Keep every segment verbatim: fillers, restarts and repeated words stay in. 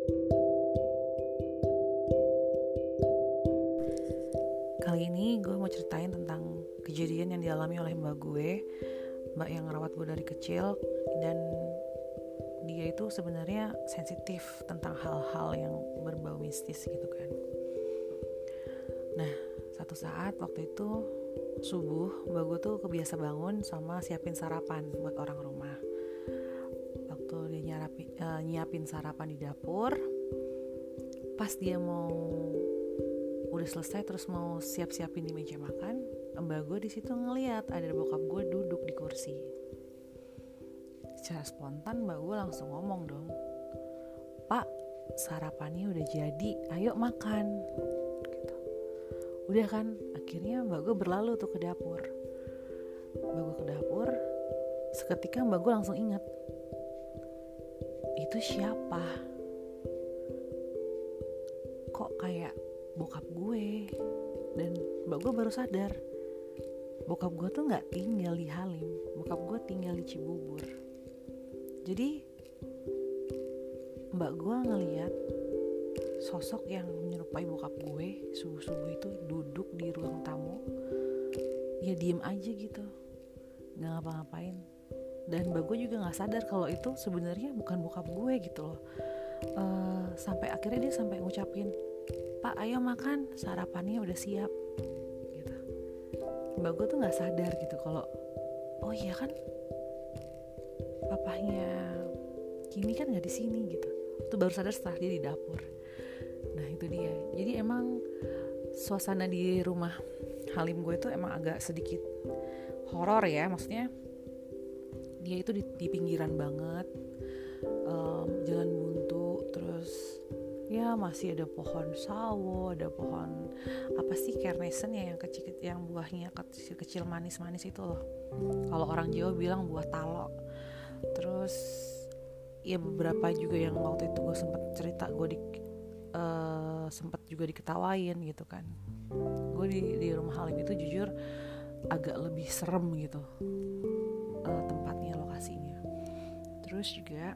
Kali ini gue mau ceritain tentang kejadian yang dialami oleh mbak gue, mbak yang ngerawat gue dari kecil, dan dia itu sebenarnya sensitif tentang hal-hal yang berbau mistis gitu kan. Nah, satu saat waktu itu subuh, mbak gue tuh kebiasa bangun sama siapin sarapan buat orang rumah. Waktu dia nyarapi, uh, nyiapin sarapan di dapur, pas dia mau udah selesai terus mau siap-siapin di meja makan, mbak gue di situ ngeliat ada bokap gue duduk di kursi. Secara spontan mbak gue langsung ngomong dong, "Pak, sarapannya udah jadi, ayo makan." Gitu. Udah kan, akhirnya mbak gue berlalu tuh ke dapur. Mbak gue ke dapur, seketika mbak gue langsung ingat, itu siapa? Kok kayak bokap gue? Dan mbak gue baru sadar, bokap gue tuh gak tinggal di Halim, bokap gue tinggal di Cibubur. Jadi mbak gue ngeliat sosok yang menyerupai bokap gue subuh-subuh itu duduk di ruang tamu, ya diem aja gitu, gak ngapa-ngapain. Dan mbak gue juga gak sadar kalau itu sebenarnya bukan bokap gue gitu loh. uh, Sampai akhirnya dia sampai ngucapin, "Pak, ayo makan, sarapannya udah siap." Gitu. Mbak gue tuh nggak sadar gitu kalau, oh iya kan, papahnya Kimi kan nggak di sini gitu. Itu baru sadar setelah dia di dapur. Nah itu dia. Jadi emang suasana di rumah Halim gue itu emang agak sedikit horor ya. Maksudnya dia itu di, di pinggiran banget, um, jalan buntu, terus ya masih ada pohon sawo, ada pohon apa sih carnation ya yang kecil, yang buahnya kecil-kecil manis-manis itu loh. Kalau orang Jawa bilang buah talo. Terus ya beberapa juga yang waktu itu gue sempat cerita, gue di uh, sempat juga diketawain gitu kan. Gue di, di rumah Halim itu jujur agak lebih serem gitu, uh, tempatnya, lokasinya. Terus juga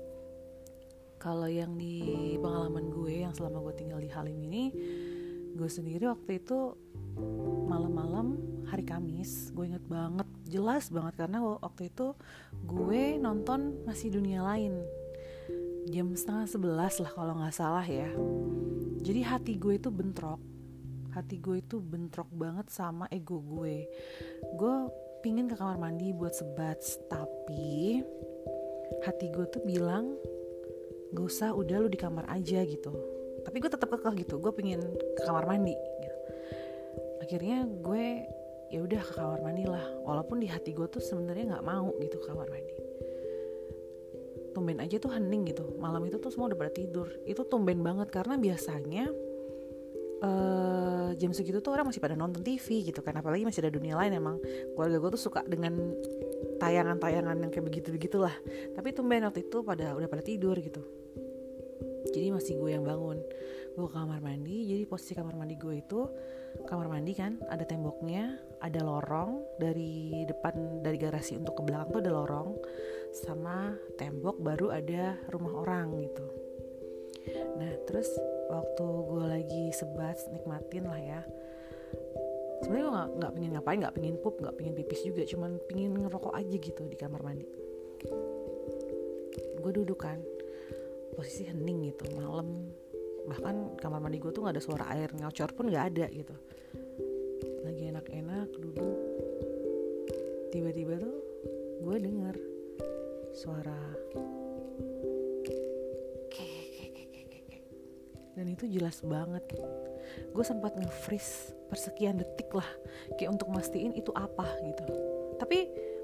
kalau yang di pengalaman gue yang selama gue tinggal di Halim ini, gue sendiri waktu itu malam-malam hari Kamis, gue inget banget, jelas banget, karena waktu itu gue nonton Masih Dunia Lain jam setengah sebelas lah kalau gak salah ya. Jadi hati gue itu bentrok, hati gue itu bentrok banget sama ego gue. Gue pingin ke kamar mandi buat sebat, tapi hati gue tuh bilang, gak usah, udah lu di kamar aja gitu. Tapi gue tetap kekeh gitu, gue pengen ke kamar mandi gitu. Akhirnya gue ya udah ke kamar mandi lah, walaupun di hati gue tuh sebenarnya nggak mau gitu ke kamar mandi. Tumben aja tuh hening gitu, malam itu tuh semua udah pada tidur. Itu tumben banget karena biasanya uh, jam segitu tuh orang masih pada nonton T V gitu kan, apalagi Masih Ada Dunia Lain. Emang keluarga gue tuh suka dengan tayangan-tayangan yang kayak begitu-begitulah. Tapi tumben waktu itu pada udah pada tidur gitu. Jadi masih gue yang bangun. Gue ke kamar mandi. Jadi posisi kamar mandi gue itu, kamar mandi kan ada temboknya, ada lorong dari depan, dari garasi untuk ke belakang tuh ada lorong, sama tembok baru ada rumah orang gitu. Nah terus waktu gue lagi sebat, nikmatin lah ya. Sebenarnya gue nggak nggak pengen ngapain, nggak pengen pup, nggak pengen pipis juga, cuman pengen ngerokok aja gitu di kamar mandi. Gue duduk kan, posisi hening gitu, malam, bahkan kamar mandi gue tuh nggak ada suara air ngocor pun nggak ada gitu. Lagi enak-enak duduk, tiba-tiba tuh gue denger suara dan itu jelas banget. Gue sempat nge-freeze persekian detik lah, kayak untuk mastiin itu apa gitu. Tapi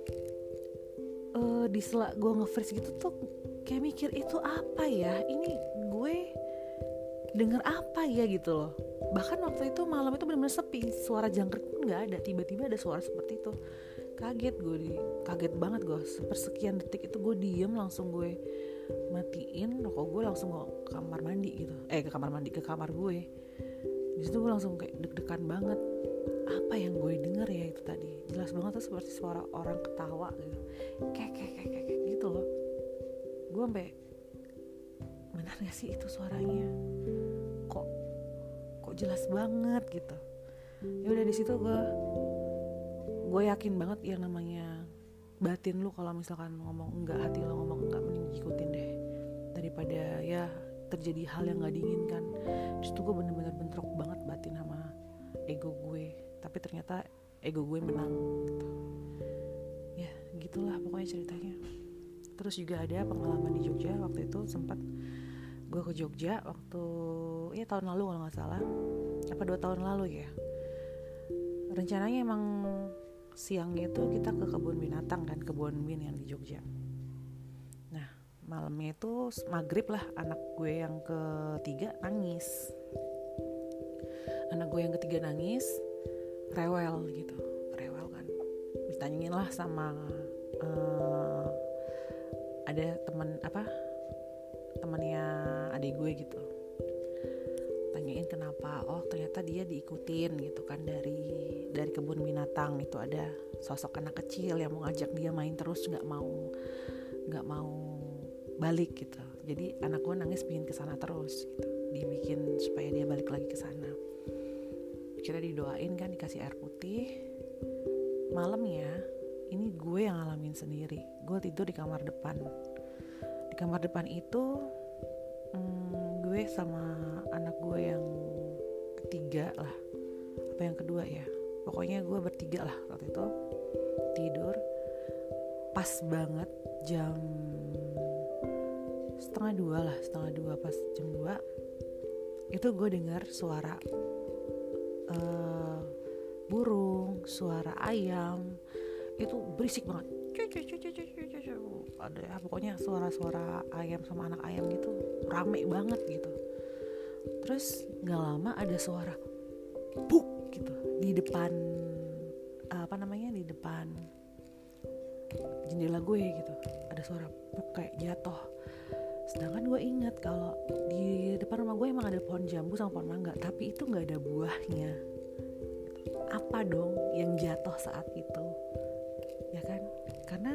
uh, di sela gue nge-freeze gitu tuh kayak mikir, itu apa ya, ini gue denger apa ya gitu loh. Bahkan waktu itu malam itu benar-benar sepi, suara jangkrik pun nggak ada. Tiba-tiba ada suara seperti itu. Kaget gue, di, kaget banget gue. Sepersekian detik itu gue diem, langsung gue matiin rokok gue, langsung gue ke kamar mandi gitu. Eh ke kamar mandi, ke kamar gue. Di situ gue langsung kayak deg-degan banget. Apa yang gue denger ya itu tadi? Jelas banget tuh seperti suara orang ketawa gitu. Kayak kayak kayak kayak gitu loh. Gue sampai benar gak sih itu suaranya, kok kok jelas banget gitu. Ya udah di situ gue gue yakin banget yang namanya batin lu kalau misalkan ngomong enggak, hati lo ngomong enggak, mending ikutin deh daripada ya terjadi hal yang gak diinginkan. Terus tuh gue bener-bener bentrok banget batin sama ego gue, tapi ternyata ego gue menang gitu. Ya gitulah pokoknya ceritanya. Terus juga ada pengalaman di Jogja. Waktu itu sempat gue ke Jogja waktu ya tahun lalu kalau gak salah, apa dua tahun lalu ya. Rencananya emang siangnya itu kita ke kebun binatang kan, kebun bin yang di Jogja. Nah malamnya itu maghrib lah, anak gue yang ketiga nangis. Anak gue yang ketiga nangis, rewel gitu, rewel kan. Ditanyain lah sama uh, ada teman apa temannya adik gue gitu. Tanyain kenapa, oh ternyata dia diikutin gitu kan dari dari kebun binatang itu, ada sosok anak kecil yang mau ngajak dia main terus nggak mau nggak mau balik gitu. Jadi anak gue nangis pingin kesana terus gitu, dibikin supaya dia balik lagi ke sana. Kita didoain kan, dikasih air putih. Malamnya ini gue yang ngalamin sendiri. Gue tidur di kamar depan. Di kamar depan itu hmm, gue sama anak gue yang ketiga lah, apa yang kedua ya, pokoknya gue bertiga lah waktu itu tidur. Pas banget jam setengah dua lah, setengah dua pas jam dua itu gue dengar suara uh, burung, suara ayam, itu berisik banget. Ada ya pokoknya suara-suara ayam sama anak ayam gitu rame banget gitu. Terus nggak lama ada suara buk gitu di depan apa namanya di depan jendela gue gitu, ada suara buk kayak jatuh. Sedangkan gue ingat kalau di depan rumah gue emang ada pohon jambu sama pohon mangga, tapi itu nggak ada buahnya. Apa dong yang jatuh saat itu, ya kan? Karena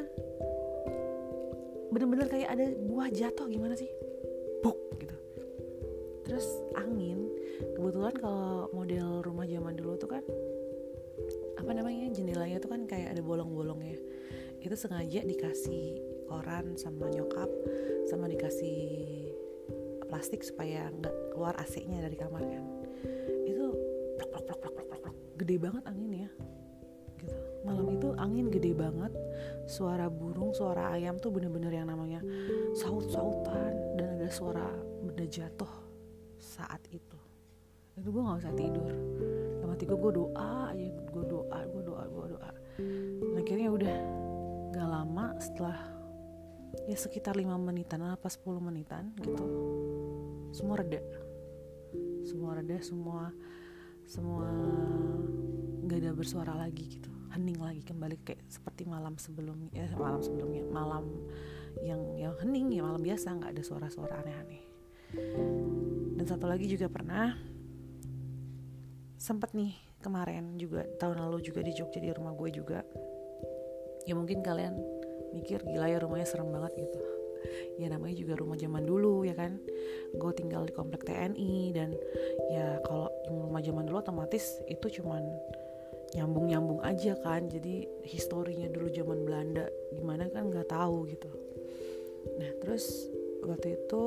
bener-bener kayak ada buah jatuh, gimana sih, buk gitu. Terus angin, kebetulan kalau model rumah zaman dulu tuh kan apa namanya jendelanya tuh kan kayak ada bolong-bolongnya. Itu sengaja dikasih koran sama nyokap, sama dikasih plastik supaya nggak keluar A C-nya dari kamar kan. Itu plok plok plok plok plok plok, gede banget anginnya gitu. Malam itu angin gede banget, suara burung, suara ayam tuh bener-bener yang namanya saut-sautan, dan ada suara benda jatuh saat itu. Itu gue nggak usah tidur, sama tiga gue doa aja, gue doa, gue doa, gue doa. Dan akhirnya udah, gak lama setelah ya sekitar lima menitan apa sepuluh menitan gitu, semua reda, semua reda, semua semua nggak ada bersuara lagi gitu, hening lagi, kembali kayak seperti malam sebelumnya, ya malam sebelumnya, malam yang yang hening ya, malam biasa, nggak ada suara-suara aneh-aneh. Dan satu lagi juga pernah sempet nih kemarin juga, tahun lalu juga di Jogja, di rumah gue juga. Ya mungkin kalian mikir gila ya rumahnya serem banget gitu. Ya namanya juga rumah zaman dulu ya kan. Gue tinggal di komplek T N I, dan ya kalau rumah zaman dulu otomatis itu cuman nyambung-nyambung aja kan. Jadi historinya dulu zaman Belanda gimana kan nggak tahu gitu. Nah terus waktu itu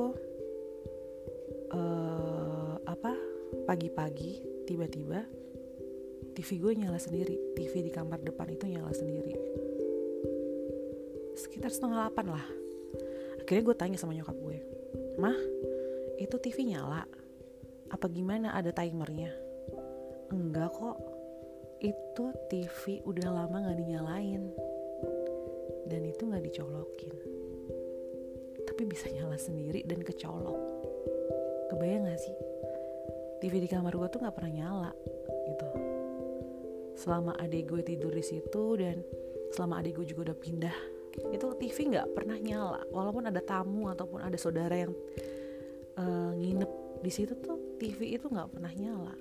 uh, apa pagi-pagi tiba-tiba T V gue nyala sendiri. T V di kamar depan itu nyala sendiri sekitar setengah delapan lah. Akhirnya gue tanya sama nyokap gue, "Mah, itu T V nyala? Apa gimana, ada timernya?" "Enggak kok, itu T V udah lama gak dinyalain, dan itu gak dicolokin, tapi bisa nyala sendiri dan kecolok." Kebayang gak sih? T V di kamar gue tuh gak pernah nyala gitu selama adik gue tidur di situ, dan selama adik gue juga udah pindah. Itu T V nggak pernah nyala, walaupun ada tamu ataupun ada saudara yang uh, nginep di situ tuh T V itu nggak pernah nyala.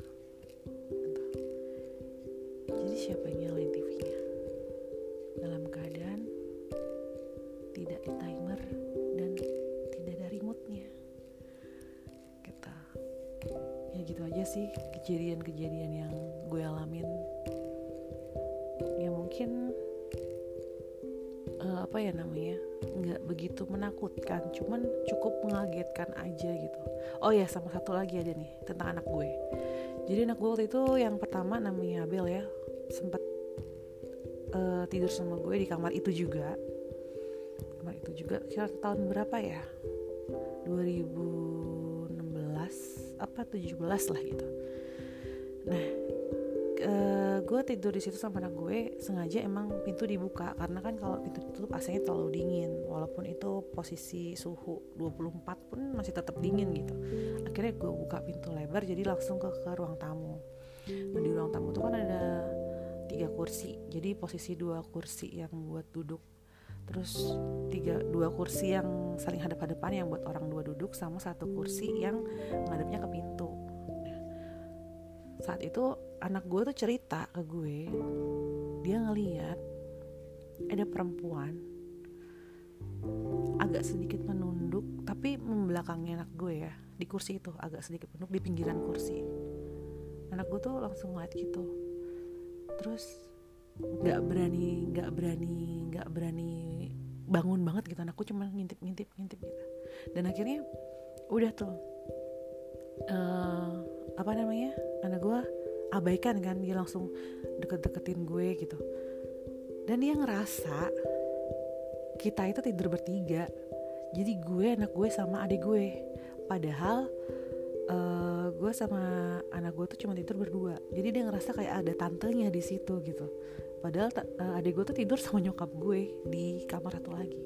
Jadi siapa yang nyalain T V-nya? Dalam keadaan tidak di timer dan tidak ada remote-nya. Ya gitu aja sih kejadian-kejadian yang gue alamin. Ya mungkin uh, apa ya namanya, nggak begitu menakutkan, cuman cukup mengagetkan aja gitu. Oh ya, sama satu lagi ada nih tentang anak gue. Jadi anak gue waktu itu yang pertama namanya Abel ya, sempat uh, tidur sama gue di kamar itu juga. Kamar itu juga kira tahun berapa ya? dua ribu enam belas apa tujuh belas lah gitu. Nah, Uh, gue tidur di situ sama anak gue, sengaja emang pintu dibuka karena kan kalau pintu ditutup A C-nya terlalu dingin, walaupun itu posisi suhu dua puluh empat pun masih tetap dingin gitu. Akhirnya gue buka pintu lebar, jadi langsung ke, ke ruang tamu. Nah, di ruang tamu tuh kan ada tiga kursi, jadi posisi dua kursi yang buat duduk, terus tiga dua kursi yang saling hadap-hadapan yang buat orang dua duduk, sama satu kursi yang ngadepnya ke pintu. Saat itu anak gue tuh cerita ke gue, dia ngeliat ada perempuan agak sedikit menunduk, tapi membelakangi anak gue ya, di kursi itu agak sedikit menunduk di pinggiran kursi. Anak gue tuh langsung ngeliat gitu, terus nggak berani, nggak berani, nggak berani bangun banget gitu. Anakku cuma ngintip, ngintip, ngintip gitu. Dan akhirnya udah tuh. Uh, apa namanya, anak gue abaikan kan, dia langsung deket-deketin gue gitu. Dan dia ngerasa kita itu tidur bertiga, jadi gue, anak gue sama adik gue. Padahal uh, gue sama anak gue tuh cuma tidur berdua, jadi dia ngerasa kayak ada tantenya di situ gitu. Padahal uh, adik gue tuh tidur sama nyokap gue di kamar satu lagi.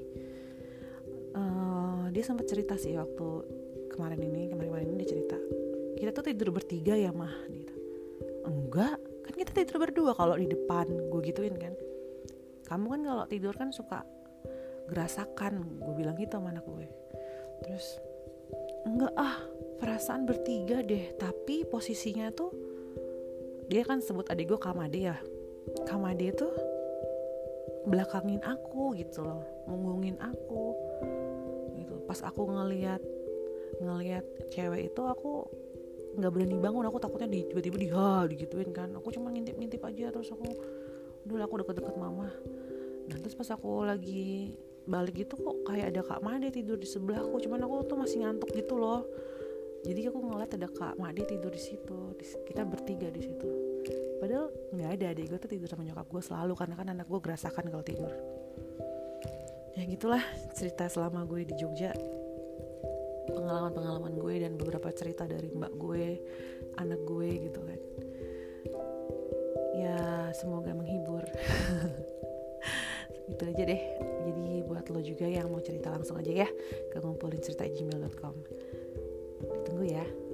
Uh, dia sempat cerita sih waktu kemarin ini, kemarin-kemarin ini dia cerita, kita tuh tidur bertiga ya mah gitu. Enggak, kan kita tidur berdua kalau di depan, gue gituin kan. Kamu kan kalau tidur kan suka gerasakan, gue bilang gitu sama anak gue. Terus enggak ah, perasaan bertiga deh, tapi posisinya tuh dia kan sebut adik gue Kamade ya. Kamade tuh belakangin aku gitu loh, ngunggungin aku gitu. Pas aku ngelihat ngelihat cewek itu, aku nggak berani bangun, aku takutnya di, tiba-tiba di ha digituin kan. Aku cuma ngintip-ngintip aja, terus aku udah aku deket-deket mama. Nah terus pas aku lagi balik gitu, kok kayak ada Kak Made tidur di sebelahku, cuman aku tuh masih ngantuk gitu loh. Jadi aku ngeliat ada Kak Made tidur di situ, kita bertiga di situ. Padahal nggak ada, adik gue tuh tidur sama nyokap gue selalu, karena kan anak gue gerasakan kalau tidur. Ya gitulah cerita selama gue di Jogja, pengalaman-pengalaman gue dan beberapa cerita dari mbak gue, anak gue gitu kan. Ya semoga menghibur. Gitu aja deh. Jadi buat lo juga yang mau cerita, langsung aja ya ke ngumpulin cerita gmail dot com. Tunggu ya.